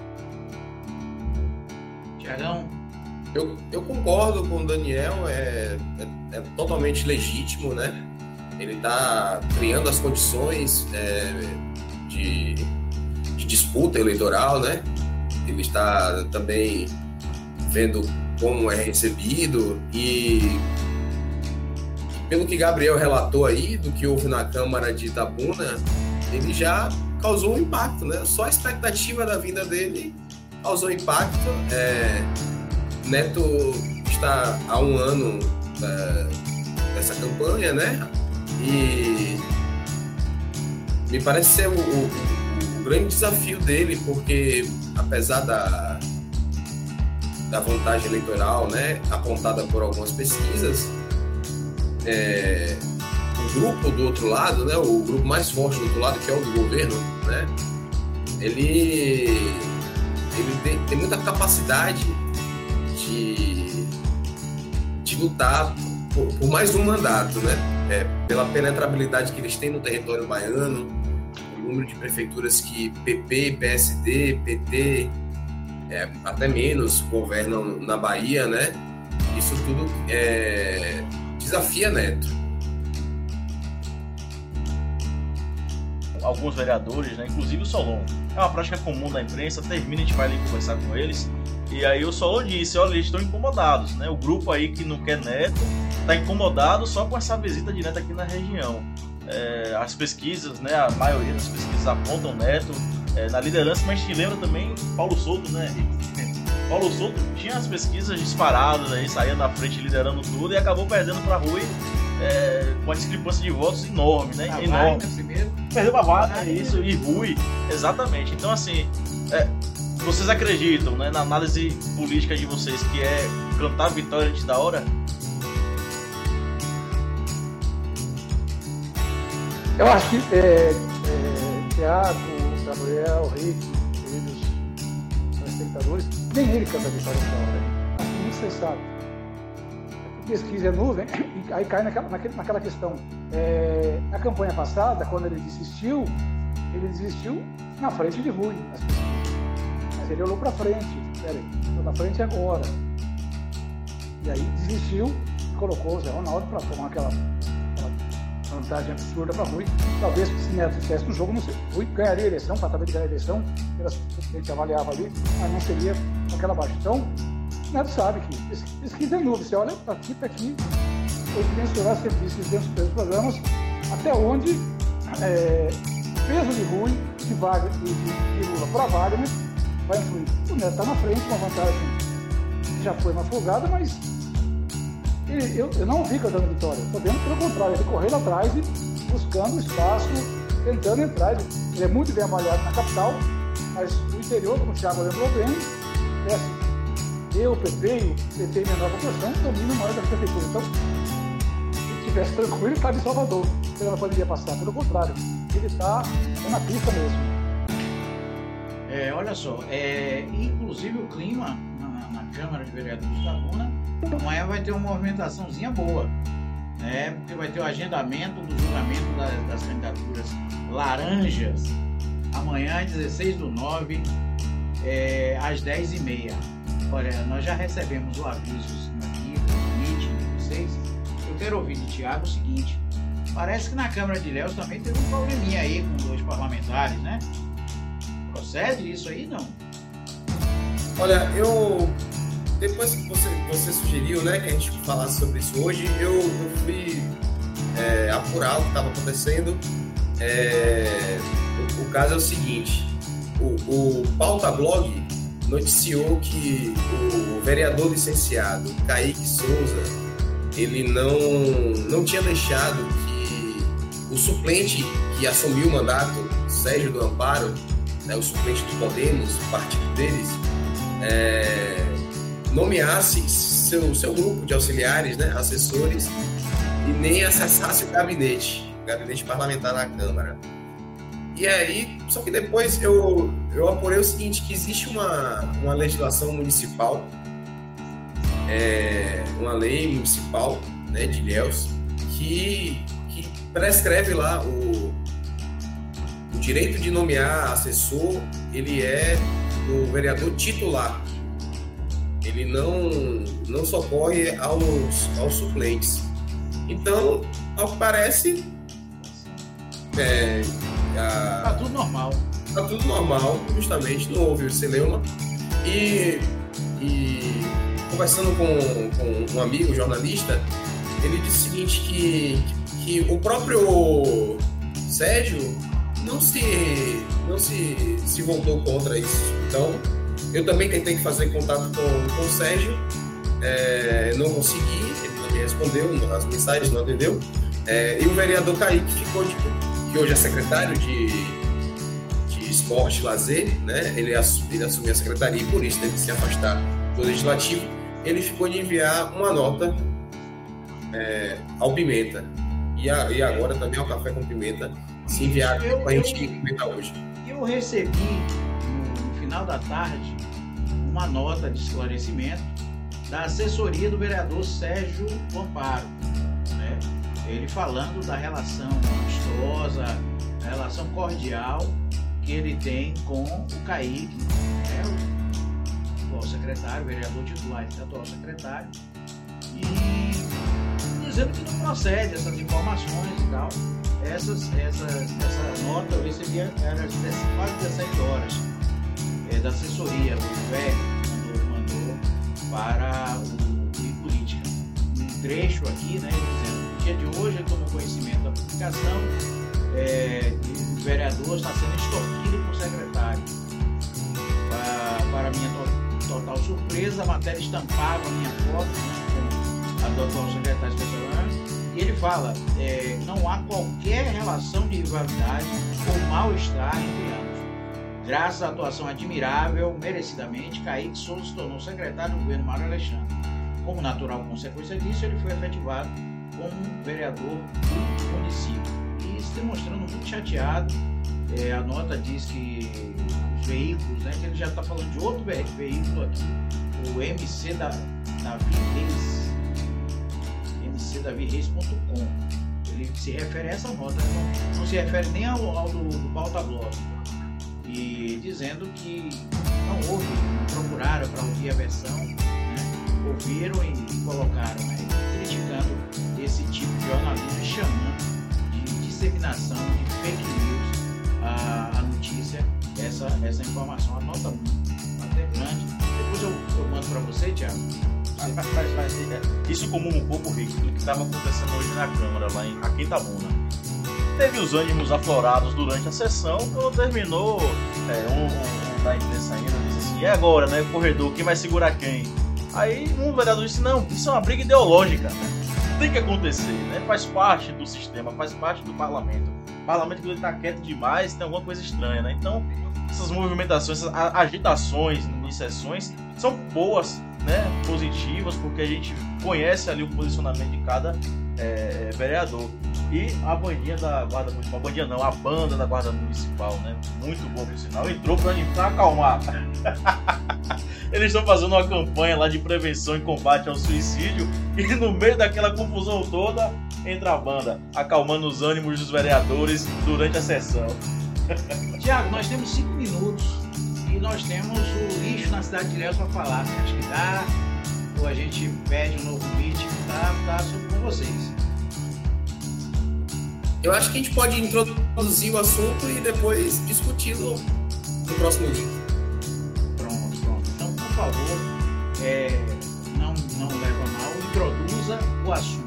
Tiagão? Eu, eu concordo com o Daniel, é, é, é totalmente legítimo, né? Ele está criando as condições é, de, de disputa eleitoral, né? Ele está também vendo como é recebido e pelo que Gabriel relatou aí, do que houve na Câmara de Itabuna, ele já causou um impacto, né? Só a expectativa da vinda dele causou impacto. É, Neto está há um ano é, nessa campanha, né? E me parece ser o, o, o grande desafio dele, porque apesar da, da vantagem eleitoral, né, apontada por algumas pesquisas, é, o grupo do outro lado, né, o grupo mais forte do outro lado, que é o do governo, né, ele, ele tem, tem muita capacidade de, de lutar por, por mais um mandato, né, é, pela penetrabilidade que eles têm no território baiano, o número de prefeituras que P P, P S D, P T, é, até menos governam na Bahia, né, isso tudo é, desafia Neto. Alguns vereadores, né, inclusive o Solon, é uma prática comum da imprensa, termina, a gente vai ali conversar com eles, e aí o Solon disse, olha, eles estão incomodados, né, o grupo aí que não quer Neto está incomodado só com essa visita de Neto aqui na região. É, as pesquisas, né, a maioria das pesquisas apontam Neto é, na liderança, mas te lembra também Paulo Souto, né, Paulo Souto tinha as pesquisas disparadas, aí saía na frente liderando tudo e acabou perdendo para Rui é, com a discrepância de votos enorme, né? A enorme. primeiro. Perdeu pra Wagner, é isso, e Rui, exatamente. Então, assim, é, vocês acreditam, né, na análise política de vocês, que é cantar a vitória antes da hora? Eu acho que é, é, Thiago, Gabriel, Rick, queridos espectadores, nem ele canta a vitória da hora. Acho muito sensato. Pesquisa é nuvem, e aí cai naquela, naquela questão. É, na campanha passada, quando ele desistiu, ele desistiu na frente de Rui. Mas ele olhou para frente. Peraí, estou na frente agora. E aí desistiu e colocou o Zé Ronaldo para tomar aquela, aquela vantagem absurda para Rui. Talvez se Neto fizesse no jogo, não sei. Rui ganharia a eleição, fatalmente ganharia a eleição, pelas que a gente avaliava ali, mas não seria aquela baixa. Então, Neto sabe que pesquisa é nuvem, você olha para aqui, para aqui, tem que mensurar serviços dentro dos programas, até onde é, o peso de Rui, de Wagner e de, de Lula para Wagner vai influir. O Neto está na frente, uma vantagem que já foi uma folgada, mas ele, eu, eu não vi cantando vitória, estou vendo pelo contrário, ele correndo atrás e buscando espaço, tentando entrar. Ele, ele é muito bem avaliado na capital, mas no interior, como o Thiago lembrou bem, é assim. Eu, o P P e o P T em menor proporção, domínio maior da prefeitura. Então, estivesse tranquilo, ele estava em Salvador. Ele não poderia passar, pelo contrário, ele está na pista mesmo. É, olha só, é, inclusive o clima na, na Câmara de Vereadores de Itabuna, amanhã vai ter uma movimentaçãozinha boa, né? Porque vai ter o agendamento do julgamento das, das candidaturas laranjas, amanhã, dezesseis do nove, é, às dez e meia. Olha, nós já recebemos o aviso aqui, o meeting de vocês. Eu quero ouvir de Tiago o seguinte: parece que na Câmara de Ilhéus também teve um probleminha aí com dois parlamentares, né? Procede isso aí, não? Olha, eu... Depois que você, você sugeriu, né, que a gente falasse sobre isso hoje, eu, eu fui é, apurar o que estava acontecendo. É, o, o caso é o seguinte: o, o Pauta Blog noticiou que o vereador licenciado Kaique Souza, ele não, não tinha deixado que o suplente que assumiu o mandato, Sérgio do Amparo, né, o suplente do Podemos, o partido deles, é, nomeasse seu, seu grupo de auxiliares, né, assessores, e nem acessasse o gabinete, o gabinete parlamentar na Câmara. E aí, só que depois eu, eu apurei o seguinte, que existe uma, uma legislação municipal, é, uma lei municipal, né, de Ilhéus, que, que prescreve lá o, o direito de nomear assessor, ele é do vereador titular. Ele não, não socorre aos, aos suplentes. Então, ao que parece, é, a, tá tudo normal. Tá tudo normal, justamente, não houve o celeuma. E, e conversando com, com um amigo jornalista, ele disse o seguinte, que, que o próprio Sérgio não se, não se, se voltou contra isso. Então, eu também tentei fazer contato com, com o Sérgio, é, não consegui, ele não me respondeu, as mensagens não atendeu, é, e o vereador Kaique ficou, tipo, que hoje é secretário de, de esporte e lazer, né? ele, assumiu, ele assumiu a secretaria e por isso teve que se afastar do legislativo. Ele ficou de enviar uma nota é, ao Pimenta e, a, e agora também ao Café com Pimenta, se enviar para a gente comentar hoje. Eu recebi no final da tarde uma nota de esclarecimento da assessoria do vereador Sérgio Amparo, né? Ele falando da relação amistosa, a relação cordial que ele tem com o Kaique, né? O atual secretário, o vereador titular e atual secretário, e dizendo que não procede essas informações e tal. Essas, essas, essa nota eu recebi, era quase dezessete horas, é, da assessoria, o velho mandou, mandou para o e Política. Um trecho aqui, né, dizendo: no dia de hoje eu tomo conhecimento da publicação, é, o vereador está sendo extorquido por secretário. Para, para minha to, total surpresa, a matéria estampava a minha foto, né, com a do atual secretário especial. E ele fala, é, não há qualquer relação de rivalidade ou mal-estar entre ambos. Graças à atuação admirável, merecidamente, Kaique Souza se tornou secretário do governo Mário Alexandre. Como natural consequência disso, ele foi efetivado como vereador do município. E se demonstrando muito chateado, é, a nota diz que os veículos, né, que ele já está falando de outro ve- veículo aqui, o M C da, da Vireis, M C davi reis ponto com. Ele se refere a essa nota, não, não se refere nem ao, ao do, do Pauta Blog. E dizendo que não houve, não procuraram para ouvir a versão, né? Ouviram e, e colocaram, né? Criticando esse tipo de jornalismo e chamando de disseminação de fake news a, a notícia, essa, essa informação. A nota até grande. Depois eu, eu mando para você, Thiago. Isso comum um pouco, Rico, do que estava acontecendo hoje na Câmara, lá em, aqui em Itabuna. Teve os ânimos aflorados durante a sessão, quando terminou, é, um, um, um da imprensa ainda disse assim: e agora, né, corredor, quem vai segurar quem? Aí um vereador disse: não, isso é uma briga ideológica, né? Tem que acontecer, né? Faz parte do sistema, faz parte do parlamento. O parlamento, quando ele está quieto demais, tem alguma coisa estranha, né? Então, essas movimentações, essas agitações em sessões são boas, né, positivas, porque a gente conhece ali o posicionamento de cada é, vereador. E a bandinha da Guarda Municipal, a bandinha não, a banda da Guarda Municipal, né? Muito bom por sinal, entrou pra, pra acalmar. Eles estão fazendo uma campanha lá de prevenção e combate ao suicídio e no meio daquela confusão toda entra a banda, acalmando os ânimos dos vereadores durante a sessão. Tiago, nós temos cinco minutos e nós temos o lixo na cidade de Ilhéus para falar. Você acha que dá? Ou a gente pede um novo meeting? Tá, tá com vocês. Eu acho que a gente pode introduzir o assunto e depois discuti-lo no próximo link. Pronto, pronto. Então, por favor, é, não, não leva mal, introduza o assunto.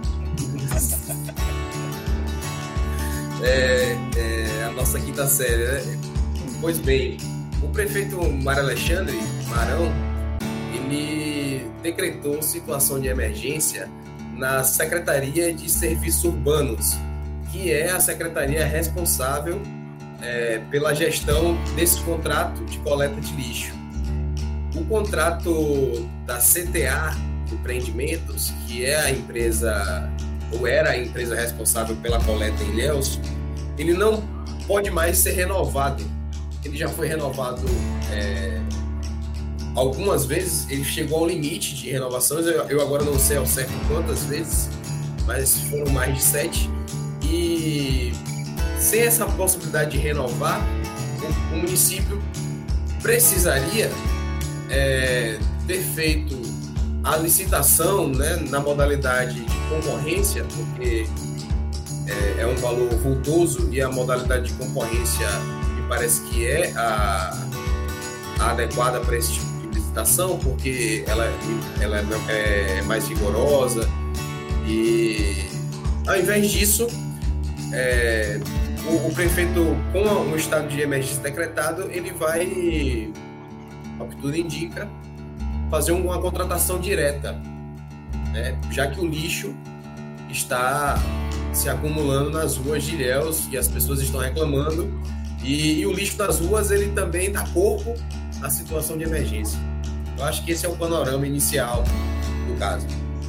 é, é a nossa quinta série, né? Pois bem, o prefeito Mário Alexandre Marão, ele decretou situação de emergência na Secretaria de Serviços Urbanos, que é a secretaria responsável é, pela gestão desse contrato de coleta de lixo. O contrato da C T A Empreendimentos, que é a empresa, ou era a empresa responsável pela coleta em Ilhéus, ele não pode mais ser renovado. Ele já foi renovado é, algumas vezes, ele chegou ao limite de renovações, eu, eu agora não sei ao certo quantas vezes, mas foram mais de sete. E sem essa possibilidade de renovar, o, o município precisaria é, ter feito a licitação, né, na modalidade de concorrência, porque é, é um valor vultoso e a modalidade de concorrência me parece que é a, a adequada para esse tipo de licitação, porque ela, ela é mais rigorosa e, ao invés disso, É, o, o prefeito, com o estado de emergência decretado, ele vai, ao que tudo indica, fazer uma contratação direta, né? Já que o lixo está se acumulando nas ruas de Ilhéus e as pessoas estão reclamando, e, e o lixo das ruas ele também dá corpo à situação de emergência. Eu acho que esse é o panorama inicial do caso.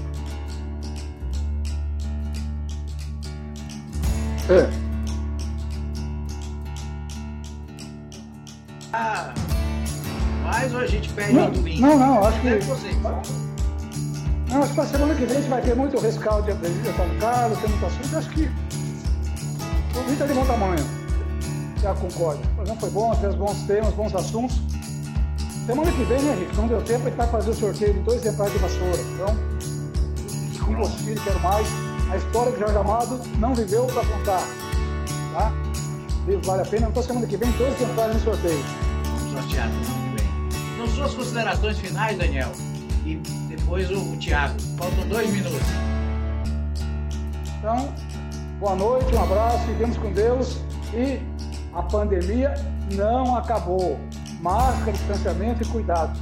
É. Ah, mas ou a gente perde Não, o domingo? não, não, acho que- É vocês. Não, acho que para semana que vem a gente vai ter muito rescaldo de Antônio Carlos, tem muito assunto. Acho que o vídeo é de bom tamanho. Já concordo. O programa foi bom, teve bons temas, bons assuntos. Semana que vem, né, Henrique? Não deu tempo, a gente vai fazer o sorteio de dois exemplares de vassoura. Então, com você, quero mais. A história que Jorge Amado não viveu para contar. Tá? Vale a pena. Então, semana que vem, dois exemplares no sorteio. Vamos sortear semana que vem. Então, suas considerações finais, Daniel. E depois o, o Tiago. Faltam dois minutos. Então, boa noite, um abraço, fiquemos com Deus. E a pandemia não acabou. Máscara, distanciamento e cuidado.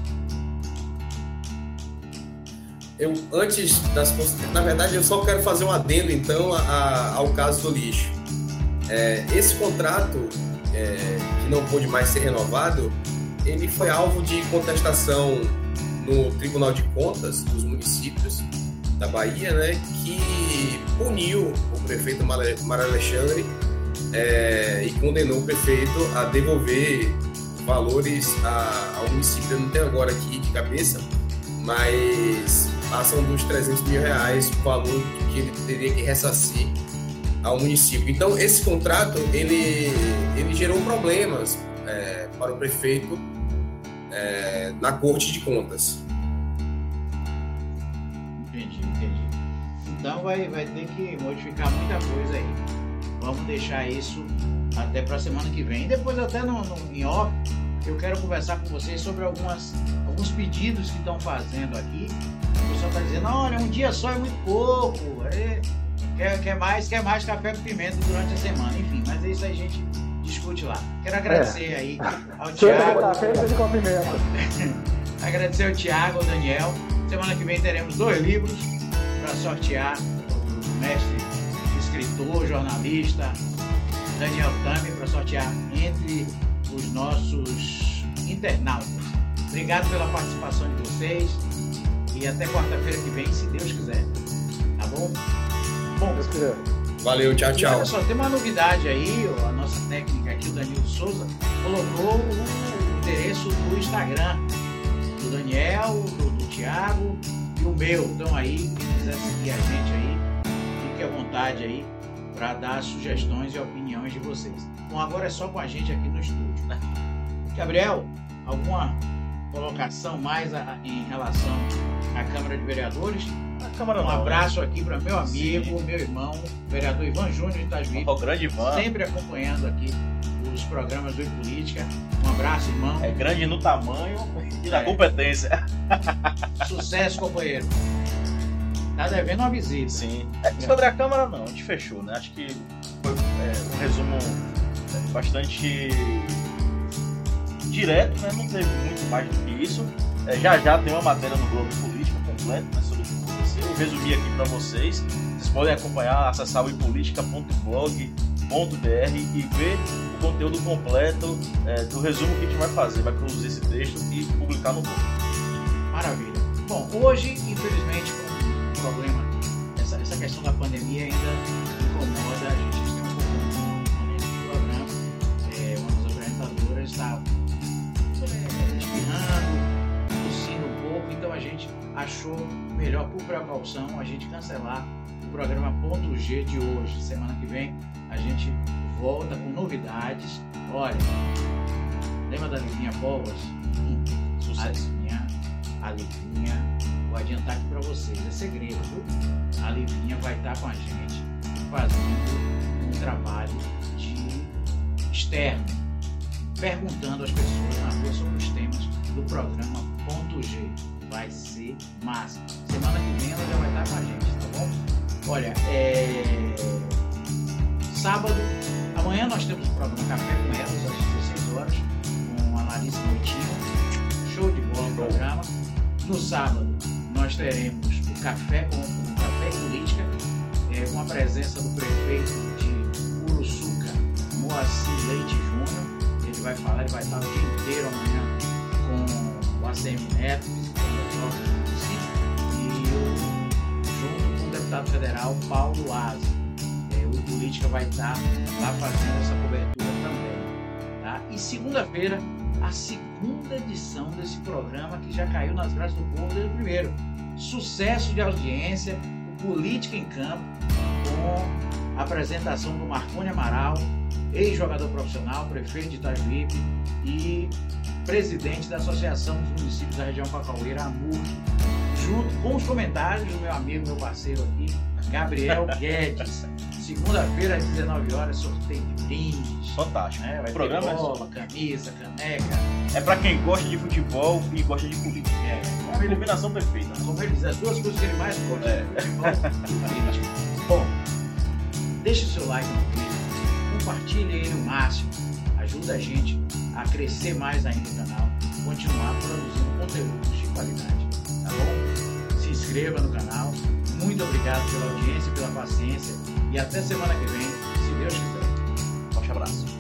Eu, antes das na verdade, eu só quero fazer um adendo, então, a, a, ao caso do lixo. É, esse contrato, é, que não pôde mais ser renovado, ele foi alvo de contestação no Tribunal de Contas dos municípios da Bahia, né, que puniu o prefeito Mário Alexandre é, e condenou o prefeito a devolver valores a, ao município. Eu não tenho agora aqui de cabeça, mas passam dos trezentos mil reais o valor que ele teria que ressarcir ao município. Então, esse contrato, ele, ele gerou problemas é, para o prefeito é, na Corte de Contas. Entendi, entendi. Então vai, vai ter que modificar muita coisa aí. Vamos deixar isso até para a semana que vem. E depois até no, no, em off, eu quero conversar com vocês sobre algumas, alguns pedidos que estão fazendo aqui. O pessoal está dizendo, olha, um dia só é muito pouco. É, quer, quer, mais, quer mais café com pimenta durante a semana. Enfim, mas isso aí a gente discute lá. Quero agradecer é. aí ao Tiago. Agradecer ao Tiago, ao Daniel. Semana que vem teremos dois livros para sortear. O mestre, escritor, jornalista, Daniel Tami, para sortear entre os nossos internautas. Obrigado pela participação de vocês e até quarta-feira que vem, se Deus quiser. Tá bom? bom? Deus quiser. Valeu, tchau, tchau. E olha só, tem uma novidade aí, a nossa técnica aqui, o Danilo Souza, colocou o endereço do Instagram do Daniel, do, do Thiago e o meu. Então aí, quem quiser seguir a gente aí, fique à vontade aí para dar sugestões e opiniões de vocês. Bom, agora é só com a gente aqui no estúdio, né? Gabriel, alguma colocação mais a, em relação à Câmara de Vereadores? A Câmara um não, abraço né? aqui para meu amigo, Sim. meu irmão, vereador Ivan Júnior de Itajuí. O grande Ivan. Sempre acompanhando aqui os programas do Política. Um abraço, irmão. É grande no tamanho e na é. competência. Sucesso, companheiro. Tá devendo uma visita. Sim. É, sobre a Câmara, não. A gente fechou, né? Acho que foi é, um resumo bastante direto, né? Não teve muito mais do que isso. É, já já tem uma matéria no Globo Política completa, né, sobre o que aconteceu. Eu resumi aqui para vocês. Vocês podem acompanhar, acessar o i política ponto blog ponto b r e ver o conteúdo completo é, do resumo que a gente vai fazer. Vai produzir esse texto e publicar no blog. Maravilha. Bom, hoje, infelizmente, com o problema, essa, essa questão da pandemia ainda incomoda a gente. A gente tem um pouco nesse programa. É, uma das apresentadoras está é, espirrando, tossindo um pouco, então a gente achou melhor, por precaução, a gente cancelar o programa Ponto G de hoje. Semana que vem a gente volta com novidades. Olha, lembra da Livinha Povas? Hum, sucesso. A Livinha, vou adiantar aqui para vocês, é segredo, viu? A Livinha vai estar com a gente fazendo um trabalho de externo, perguntando às pessoas na rua sobre os temas do programa Ponto G. Vai ser massa. Semana que vem ela já vai estar com a gente, tá bom? Olha, é... sábado, amanhã nós temos o programa Café com Elas, às dezesseis horas, com a Larissa Noitinho. Show de bola o programa. No sábado, nós teremos o Café com o Café Política, é, com a presença do prefeito de Uruçuca, Moacir Leite Júnior. Ele vai falar, ele vai estar o dia inteiro amanhã com o A C M Neto, e o, junto com o deputado federal Paulo Aze. É, o Política vai estar lá fazendo essa cobertura também. Tá? E segunda-feira, a segunda edição desse programa que já caiu nas graças do povo desde o primeiro. Sucesso de audiência, o Política em Campo, com a apresentação do Marconi Amaral, ex-jogador profissional, prefeito de Itajuí e presidente da Associação dos Municípios da Região Pacaueira, AMUR, junto com os comentários do meu amigo, meu parceiro aqui, Gabriel Guedes. Segunda-feira, às dezenove horas, sorteio de brindes. Fantástico. Né? Vai o programa ter bola, é camisa, caneca. É pra quem gosta de futebol e gosta de política. É, é uma combinação perfeita. Né? Como ele diz, as duas coisas que ele mais gosta, é. futebol e política. Bom, deixe o seu like no vídeo, compartilhe ele o máximo, ajuda a gente a crescer mais ainda no canal, continuar produzindo conteúdos de qualidade, tá bom? Se inscreva no canal. Muito obrigado pela audiência, pela paciência e até semana que vem, se Deus quiser. Forte abraço.